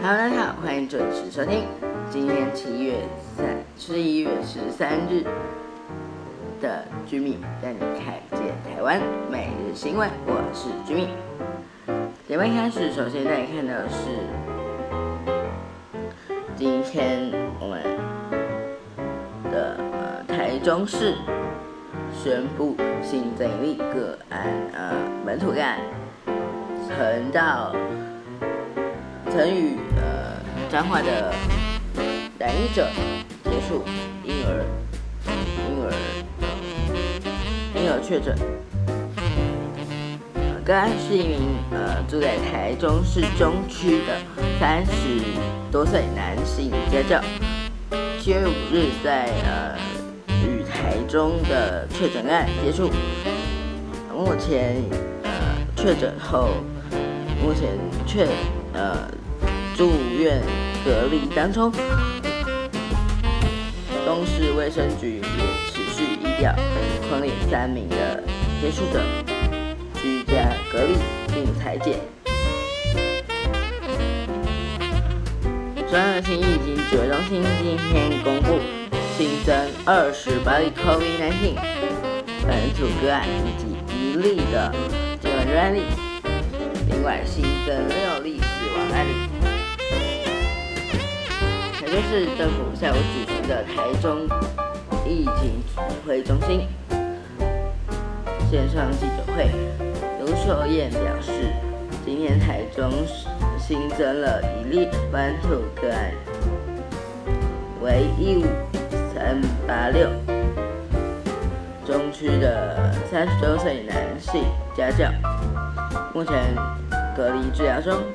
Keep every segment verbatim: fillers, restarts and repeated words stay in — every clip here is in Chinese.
Hello， 大家好，欢迎准时收听。今天七月三，十一月十三日的居民带你看见台湾每日新闻，我是居民。节目一开始，首先带你看到的是今天我们的呃台中市宣布新增一例个案，呃本土个案曾到曾与呃彰化的染疫者接触婴儿婴儿呃婴儿确诊。个案是一名呃住在台中市中区的三十多岁男性家教，七月五日在呃与台中的确诊案接触，目前呃确诊后，目前确呃住院隔离当中。东市卫生局也持续疫调匡列三名的接触者居家隔离并采检。中央流行疫情指挥中心今天公布新增二十八例 COVID 十九 本土个案以及一例的境外感染例，另外新增六例死亡案例。台中市政府下午举行的台中疫情指挥中心线上记者会，卢秀燕表示，今天台中新增了一例本土个案，为一五三八六，中区的三十多岁男性家教，目前隔离治疗中。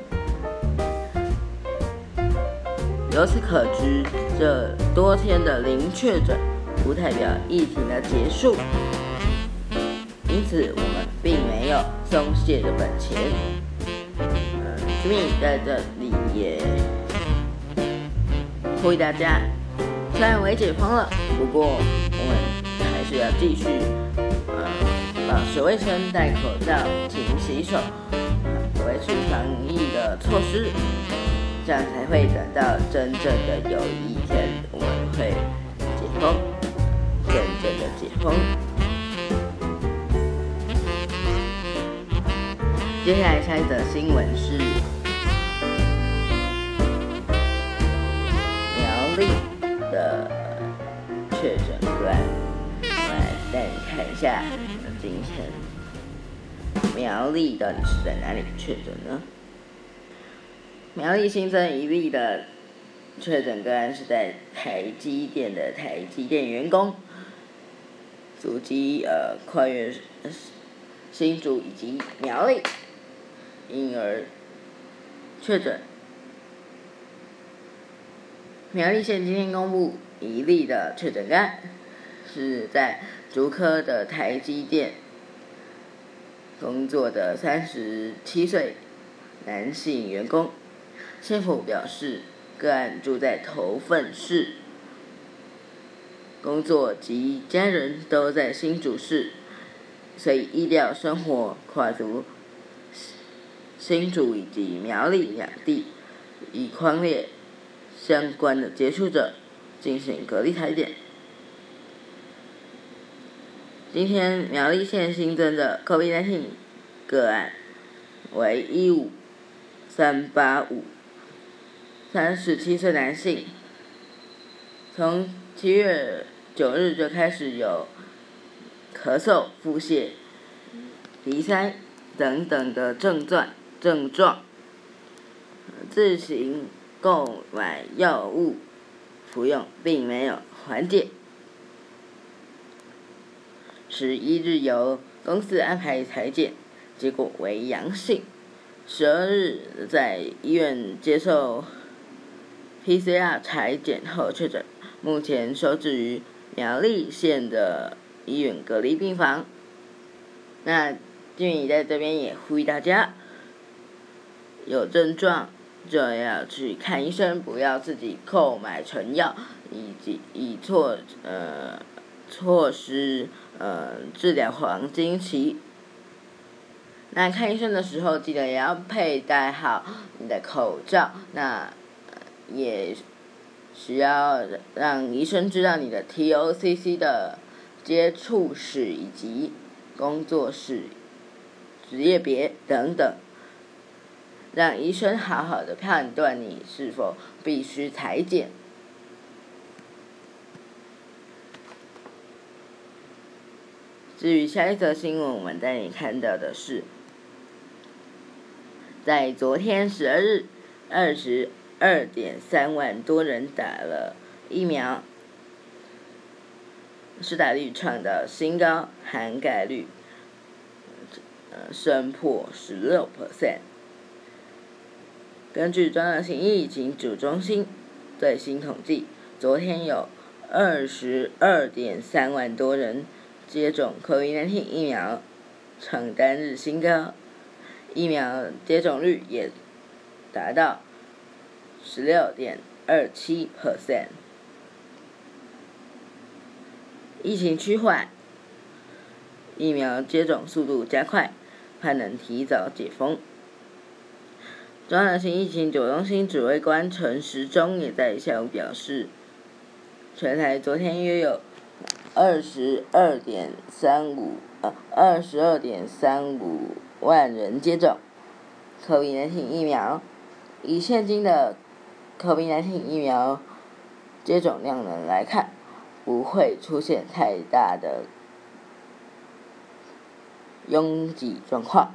由此可知，这多天的零确诊不代表疫情的结束，因此我们并没有松懈的本钱。呃，居民在这里也呼吁大家，虽然微解封了，不过我们还是要继续呃保持卫生、戴口罩、勤洗手，维持防疫的措施。这样才会等到真正的有一天，我们会解封，真正的解封。接下来下一则新闻是苗栗的确诊个案，我来带你看一下今天苗栗到底是在哪里确诊呢？苗栗新增一例的确诊个案是在台积电的台积电员工，足迹呃跨越新竹以及苗栗，因而确诊。苗栗县今天公布一例的确诊个案，是在竹科的台积电工作的三十七岁男性员工。县府表示，个案住在头份市，工作及家人都在新竹市，所以依调生活跨足新竹以及苗栗两地，已匡列相关的接触者进行隔离采检。今天苗栗县新增的 COVID 十九 个案为一五三八五。三十七岁男性，从七月九日就开始有咳嗽、腹泻、鼻塞等等的症状症状，自行购买药物服用，并没有缓解。十一日由公司安排采检，结果为阳性。十二日在医院接受P C R 采检后确诊，目前收治于苗栗县的医院隔离病房。那居民在这边也呼吁大家，有症状就要去看医生，不要自己购买成药，以及以错呃错失呃治疗黄金期。那看医生的时候，记得也要佩戴好你的口罩。那也需要让医生知道你的 T O C C 的接触史以及工作史、职业别等等，让医生好好的判断你是否必须裁剪。至于下一则新闻，我们带你看到的是，在昨天十二日，二十二点三万多人打了疫苗，施打率创造新高，涵盖率呃升破十六 percent。根据中央型疫情指挥中心最新统计，昨天有二十二点三万多人接种 COVID 十九 疫苗，创单日新高，疫苗接种率也达到十六点二七 percent。疫情趋缓，疫苗接种速度加快，盼能提早解封。中央型疫情指挥中心指挥官陈时中也在下午表示，全台昨天约有二十二点三五呃二十二点三五万人接种 COVID 十九 疫苗，以现今的 COVID 十九 疫苗接种量能来看，不会出现太大的拥挤状况。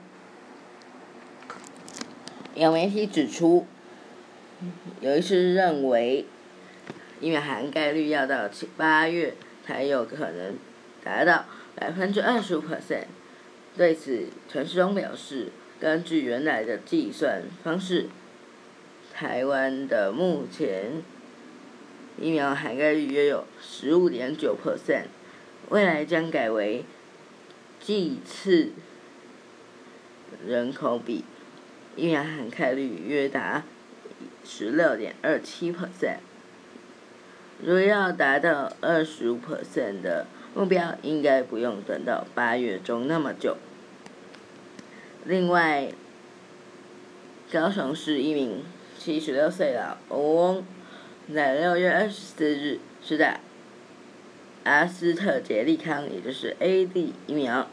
有媒体指出，有医师认为，疫苗涵盖率要到七八月才有可能达到百分之二十五 percent。对此，陈时中表示，根据原来的计算方式，台湾的目前疫苗涵盖率约有十五点九 percent， 未来将改为剂次人口比。疫苗涵盖率约达十六点二七 percent， 如要达到二十五 percent 的目标，应该不用等到八月中那么久。另外，高雄市一名七十六岁老翁，在六月二十四日施打阿斯特捷利康，也就是 A Z 疫苗，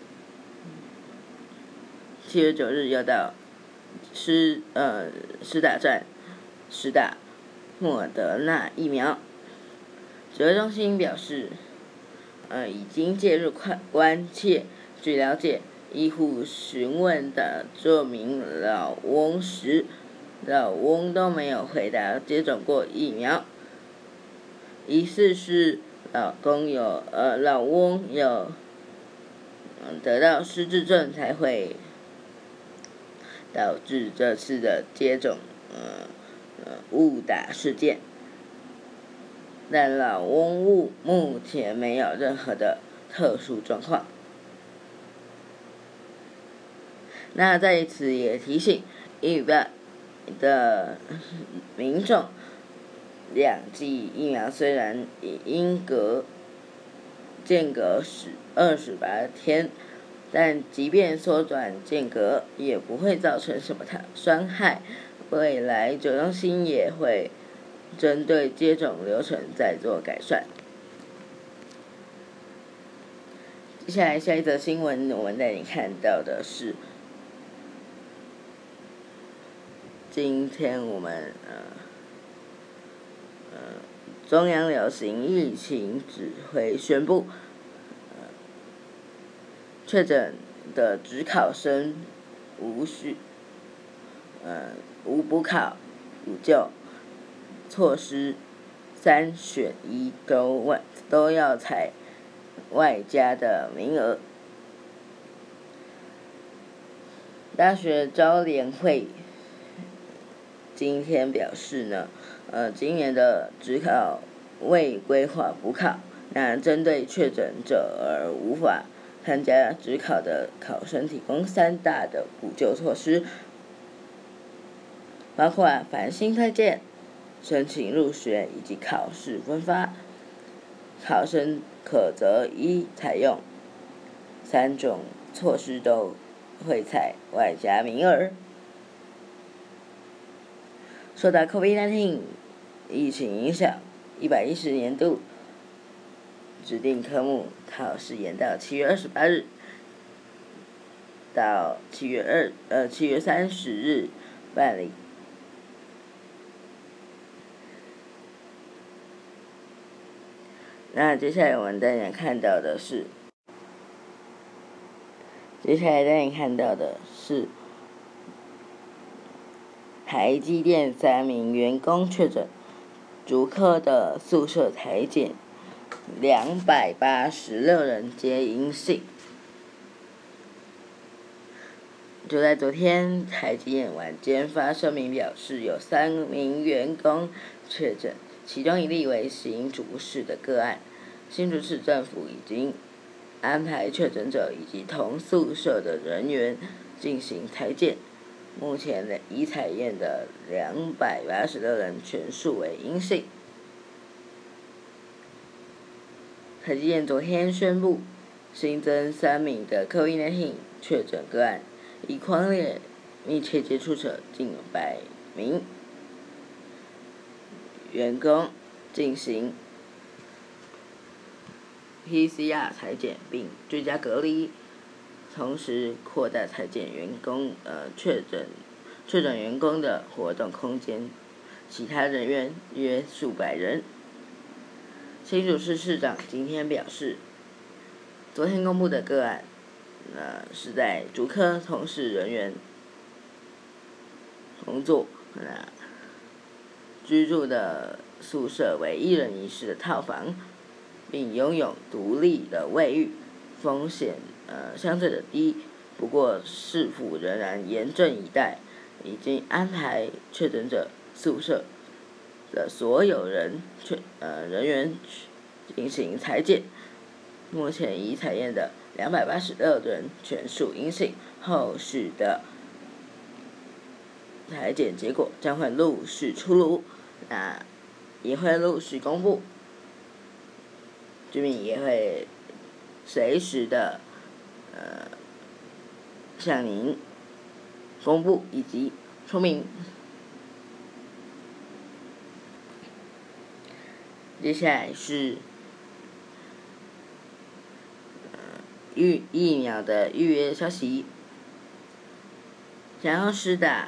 七月九日又到施呃施打站施打莫德纳疫苗。指挥中心表示，呃已经介入关切。据了解，医护询问的这名老翁时，老翁都没有回答接种过疫苗，疑似是老公有呃老翁有嗯得到失智症才会导致这次的接种呃呃误打事件，但老翁误目前没有任何的特殊状况。那在此也提醒一般的民众，两剂疫苗虽然因隔间隔是二十八天，但即便缩短间隔，也不会造成什么伤害。未来指挥中心也会针对接种流程再做改善。接下来下一则新闻，我们带你看到的是，今天我们呃呃中央流行疫情指挥宣布，呃确诊的指考生无需呃无补考、补救措施三选一都外都要采外加的名额。大学招联会今天表示呢，呃，今年的指考未规划补考，那针对确诊者而无法参加指考的考生提供三大的补救措施，包括繁星推荐、申请入学以及考试分发。考生可择一采用，三种措施都会采外加名额。 受到 COVID 十九 疫情影响，一百一十年度指定科目考试延到七月二十八日到七月二呃七月三十日办理。那接下来我们带你看到的是，接下来带你看到的是台积电三名员工确诊，竹科的宿舍台检两百八十六人皆阴性。就在昨天，台积电晚间发声明表示，有三名员工确诊，其中一例为新竹市的个案。新竹市政府已经安排确诊者以及同宿舍的人员进行采检，目前已采验的两百八十六人全数为阴性。台积电昨天宣布，新增三名的 COVID 十九 确诊个案，已匡列密切接触者近百名员工进行P C R 采检并居家隔离，同时扩大采检员工呃确诊确诊员工的活动空间，其他人员约数百人。新竹市市长今天表示，昨天公布的个案，呃是在竹科从事人员工作，那居住的宿舍为一人一室的套房，并拥有独立的卫浴，风险呃相对的低。不过市府仍然严阵以待，已经安排确诊者宿舍的所有人确呃人员进行采检，目前已采验的两百八十六人全数阴性，后续的采检结果将会陆续出炉，那也会陆续公布。居民也会随时的呃向您公布以及说明。接下来是呃预疫苗的预约消息，想要施打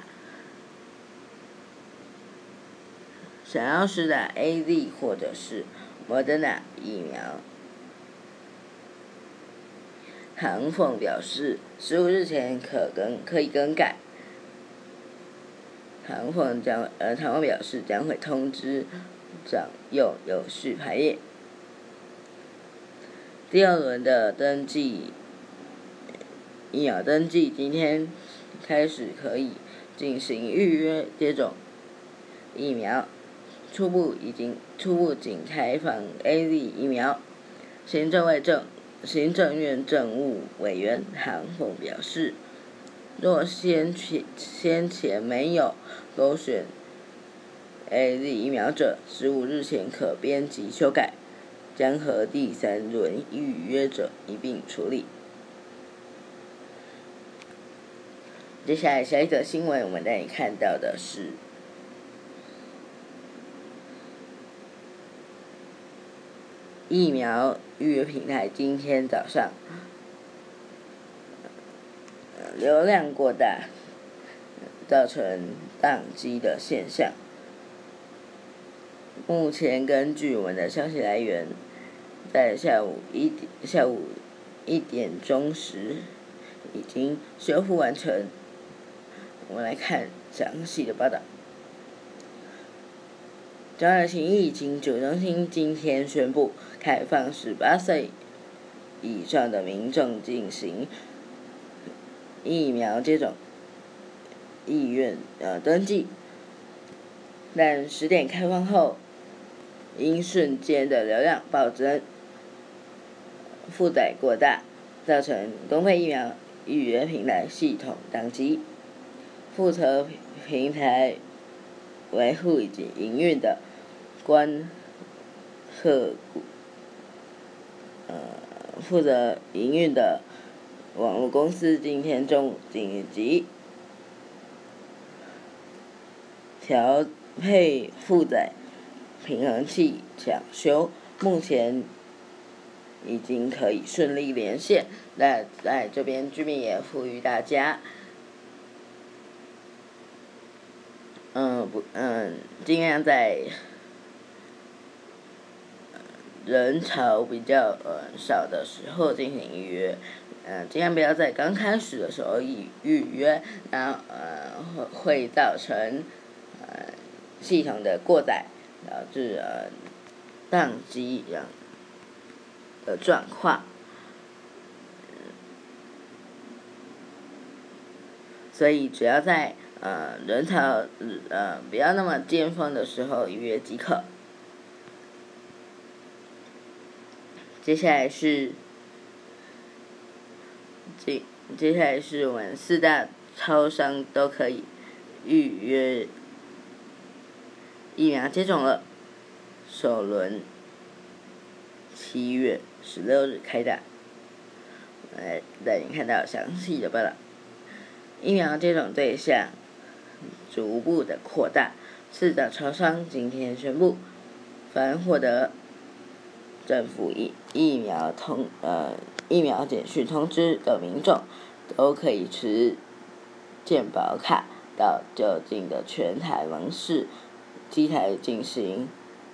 想要施打 A Z 或者是Moderna 疫苗，唐凤表示，十五日前可更可以更改。唐凤将呃唐凤表示将会通知长幼有序排列。第二轮的登记疫苗登记今天开始可以进行预约接种疫苗，初步已经初步仅开放 A Z 疫苗。行政卫政行政院政务委员韩凤表示，若先前先前没有勾选 A Z 疫苗者，十五日前可编辑修改，将和第三轮预约者一并处理。接下来下一则新闻，我们带你看到的是疫苗预约平台今天早上流量过大，造成宕机的现象。目前根据我们的消息来源，在下午一点下午一点钟时已经修复完成。我们来看详细的报道。彰化县疫情指挥中心今天宣布，开放十八岁以上的民众进行疫苗接种意愿呃登记，但十点开放后，因瞬间的流量暴增，负载过大，造成公费疫苗预约平台系统宕机。负责平台维护以及营运的关鹤谷呃负责营运的网络公司今天中午紧急调配负载平衡器抢修，目前已经可以顺利连线。那在这边居民也呼吁大家，嗯不嗯，尽量在人潮比较呃少的时候进行预约，嗯，尽量不要在刚开始的时候预预约，然后呃会会造成呃系统的过载，导致呃宕机这样的状况。所以只要在呃人潮呃不要那么尖峰的时候预约即可。接下来是接接下来是我们四大超商都可以预约疫苗接种了，首轮七月十六日开打。来带你看到详细的报道。疫苗接种对象逐步的扩大，四大超商今天宣布，凡获得政府疫疫苗通呃疫苗简讯通知的民众，都可以持健保卡到就近的全台门市机台进行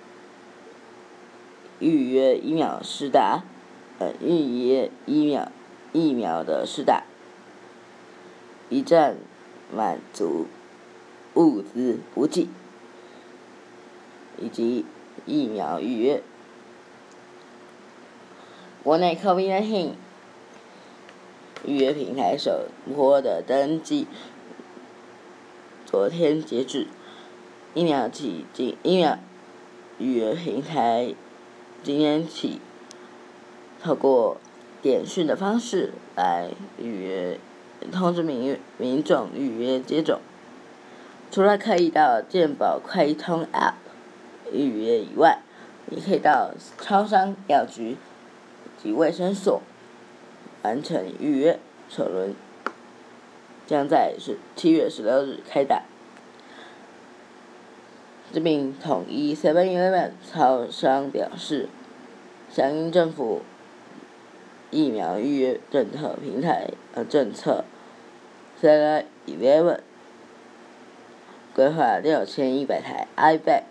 预约疫苗施打，呃预约疫苗疫苗的施打，一站满足物资补给以及疫苗预约。国内 COVID 十九 预约平台首波的登记昨天截止，疫苗起今疫苗预约平台今天起透过简讯的方式来预约通知民民众预约接种。除了可以到健保快通 App 预约以外，也可以到超商、药局及卫生所完成预约。首轮将在七月十六日开打。这名统一 seven eleven 超商表示，响应政府疫苗预约政策平台呃政策 seven eleven 规划六千一百台 iBag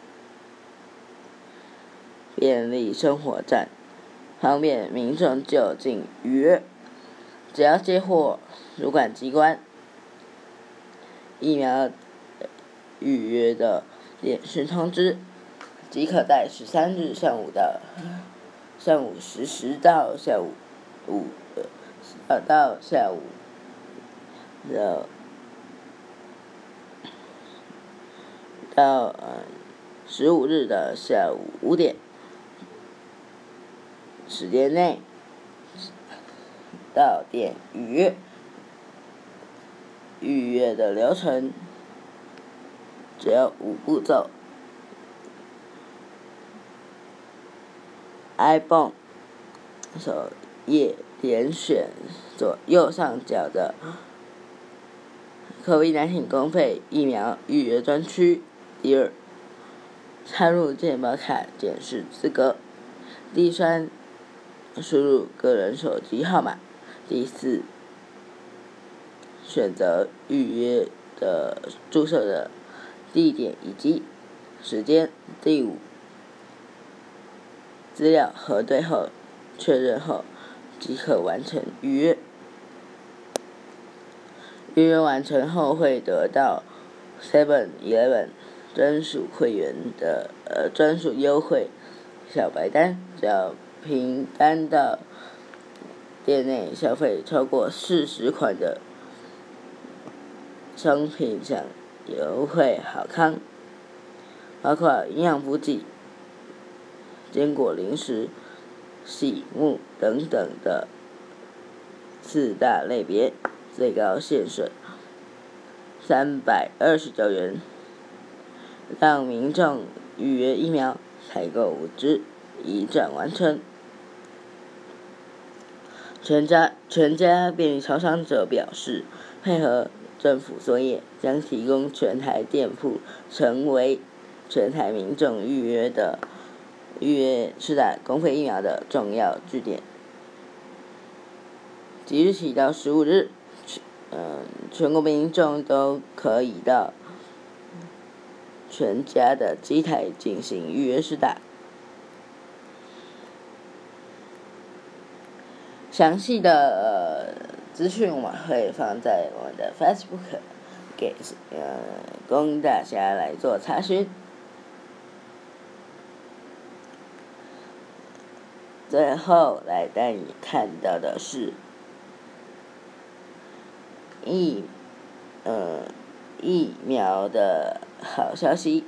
便利生活站，方便民众就近预约。只要接获主管机关疫苗预约的简讯通知，即可在十三日上午的上午十时到下午五呃到下午的到呃十五日的下午五点时间内到店预约。预约的流程只有五步骤。iPhone 首页点选左右上角的 COVID 十九 公费疫苗预约专区。第二，插入健保卡检视资格。第三，输入个人手机号码。第四，选择预约的注射的地点以及时间。第五，资料核对后确认后即可完成预约。预约完成后会得到 seven eleven 专属会员的呃专属优惠小白单，只要凭单到店内消费超过四十款的商品享优惠好康，包括营养补给、坚果零食、洗沐等等的四大类别，最高限损三百二十九元，让民众预约疫苗、采购物资一站完成。全家全家便利超商则表示，配合政府作业，将提供全台店铺，成为全台民众预约的预约施打公费疫苗的重要据点。即日起到十五日，嗯，全国民众都可以到全家的机台进行预约施打。详细的呃资讯我们会放在我们的 Facebook 给呃供大家来做查询。最后来带你看到的是疫呃疫苗的好消息。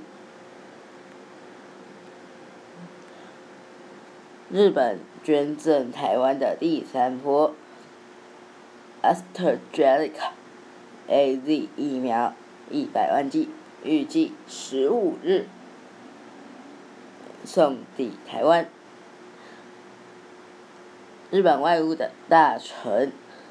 日本捐赠台湾的第三波 AstraZeneca A Z 疫苗一百万剂，预计十五日送抵台湾。日本外务的大臣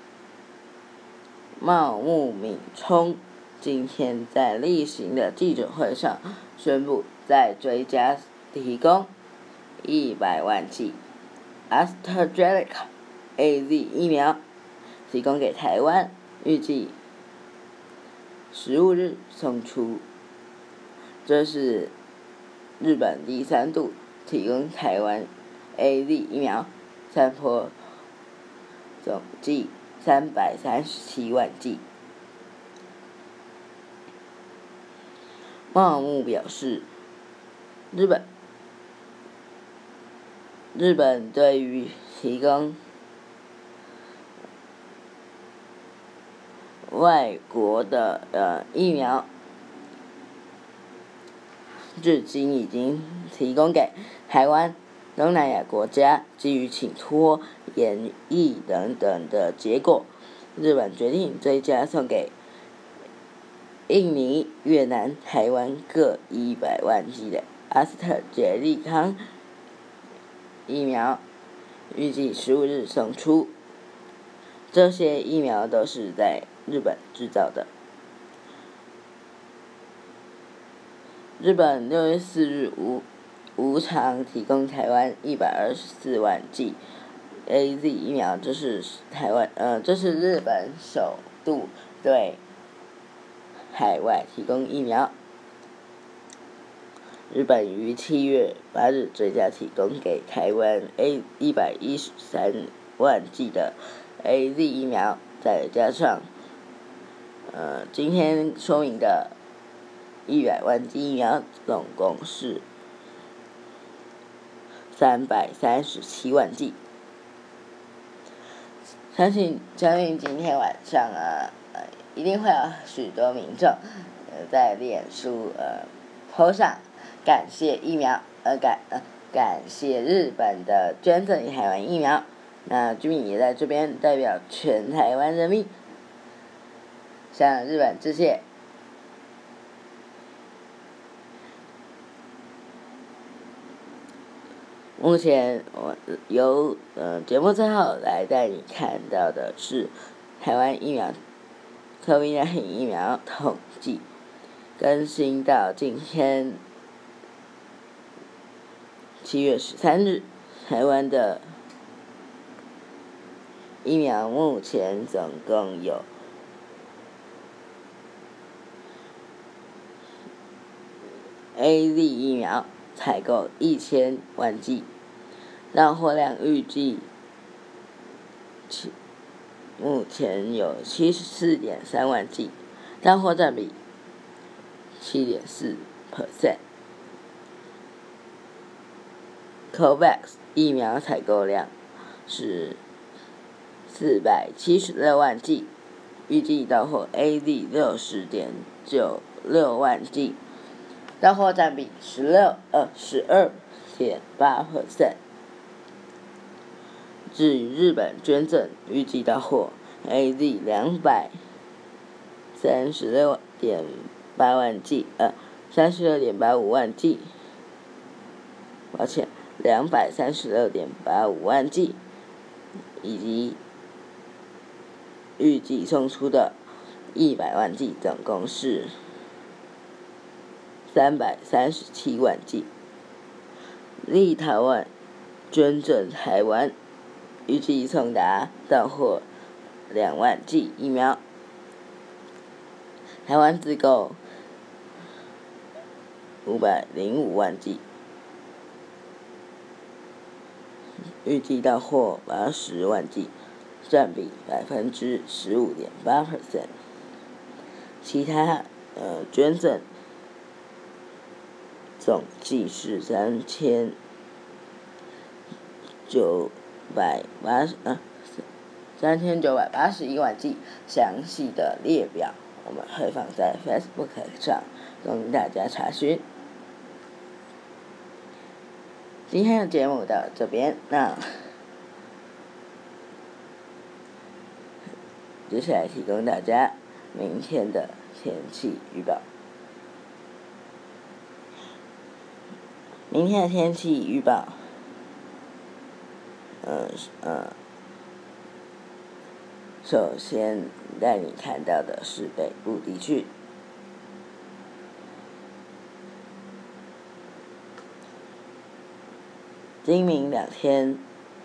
茂木敏充今天在例行的记者会上宣布，再追加提供一百万剂 AstraZeneca A Z 疫苗，提供给台湾，预计十五日送出。这是日本第三度提供台湾 A Z 疫苗，三波总计三百三十七万剂。茂木表示，日本日本对于提供外国的呃疫苗，至今已经提供给台湾、东南亚国家。基于请托、演绎等等的结果，日本决定追加送给印尼、越南、台湾各一百万剂的阿斯特捷利康疫苗，预计十五日送出。这些疫苗都是在日本制造的。日本六月四日无无偿提供台湾一百二十四万剂 A Z 疫苗，这是台湾呃，这是日本首度对海外提供疫苗。日本于七月八日追加提供给台湾 A 一百一十三万剂的 A Z 疫苗，再加上呃今天说明的一百万剂疫苗，总共是三百三十七万剂。相信相信今天晚上啊，呃，一定会有许多民众呃在脸书呃 po 上感谢疫苗，呃感呃感谢日本的捐赠台湾疫苗。那居民也在这边代表全台湾人民向日本致谢。目前我由呃节目最后来带你看到的是台湾疫苗 COVID 十九 疫苗统计更新到今天七月十三日，台湾的疫苗目前总共有A Z 疫苗采购一千万剂，让货量预计目前有七十四点三万剂，让货占比七点四 percent。COVAX 疫苗采购量是四百七十六万剂，预计到货 A Z 六十点九六万剂，到货占比十六呃十二点八 percent。至于日本捐赠，预计到货 A Z 两百三十六点八万剂，呃三十六点八五万剂，抱歉，两百三十六点八五万剂，以及预计送出的一百万剂，总共是三百三十七万剂。立陶宛捐赠台湾，预计送达到货两万剂疫苗。台湾自购五百零五万剂，预计到货八十万剂，占比百分之十五点八 percent。其他呃捐赠总计是三千九百八十啊三千九百八十一万剂，详细的列表我们会放在 Facebook 上供大家查询。今天的节目到这边，那接下来提供大家明天的天气预报。明天的天气预报，呃呃，首先带你看到的是北部地区。今明两天，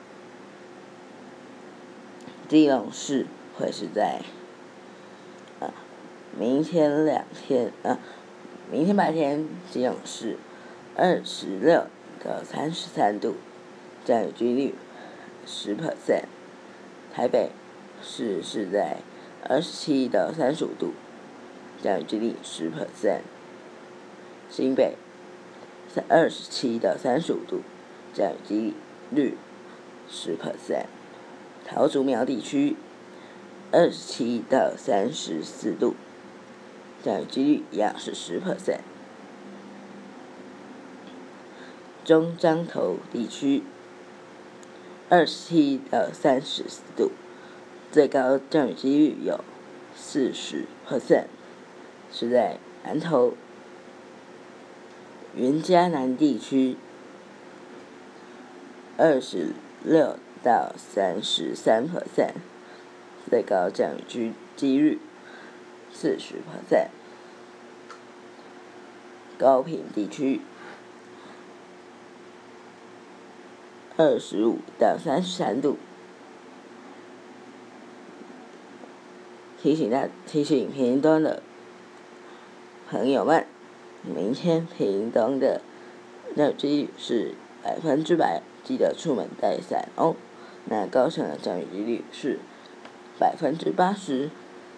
基隆市会是在啊，明天两天啊，明天白天基隆市二十六到三十三度，降雨几率十 percent。台北市是在二十七到三十五度，降雨几率十 percent。新北是二十七到三十五度，降雨几率十 percent。桃竹苗地区二十七到三十四度，降雨几率一样是十 percent。中彰投地区二十七到三十四度，最高降雨几率有四十 percent， 是在南投。云嘉南地区二十六到三十三 percent， 最高降雨几率四十 percent。高屏地区二十五到三十三度，提醒大提醒屏东的朋友们，明天屏东的降雨几率是百分之百，记得出门带伞哦。那高雄的降雨几率是百分之八十。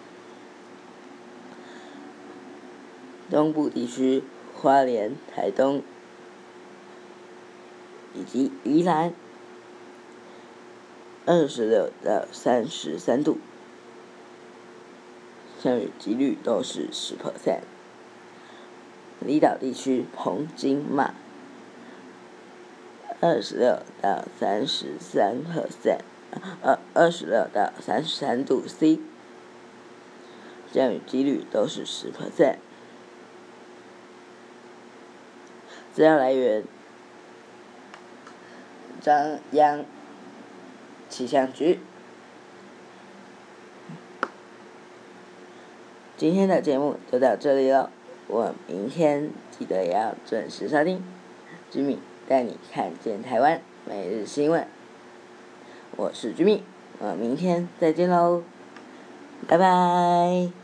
东部地区花莲、台东以及宜兰二十六到三十三度，降雨几率都是十 percent。离岛地区澎金马二十六到三十三 percent， 呃，二十六到三十三度 C， 降雨几率都是十 percent。资料来源：中央气象局。今天的节目就到这里了，我明天记得也要准时收听居民带你看见台湾每日新闻。我是居民，我明天再见喽，拜拜。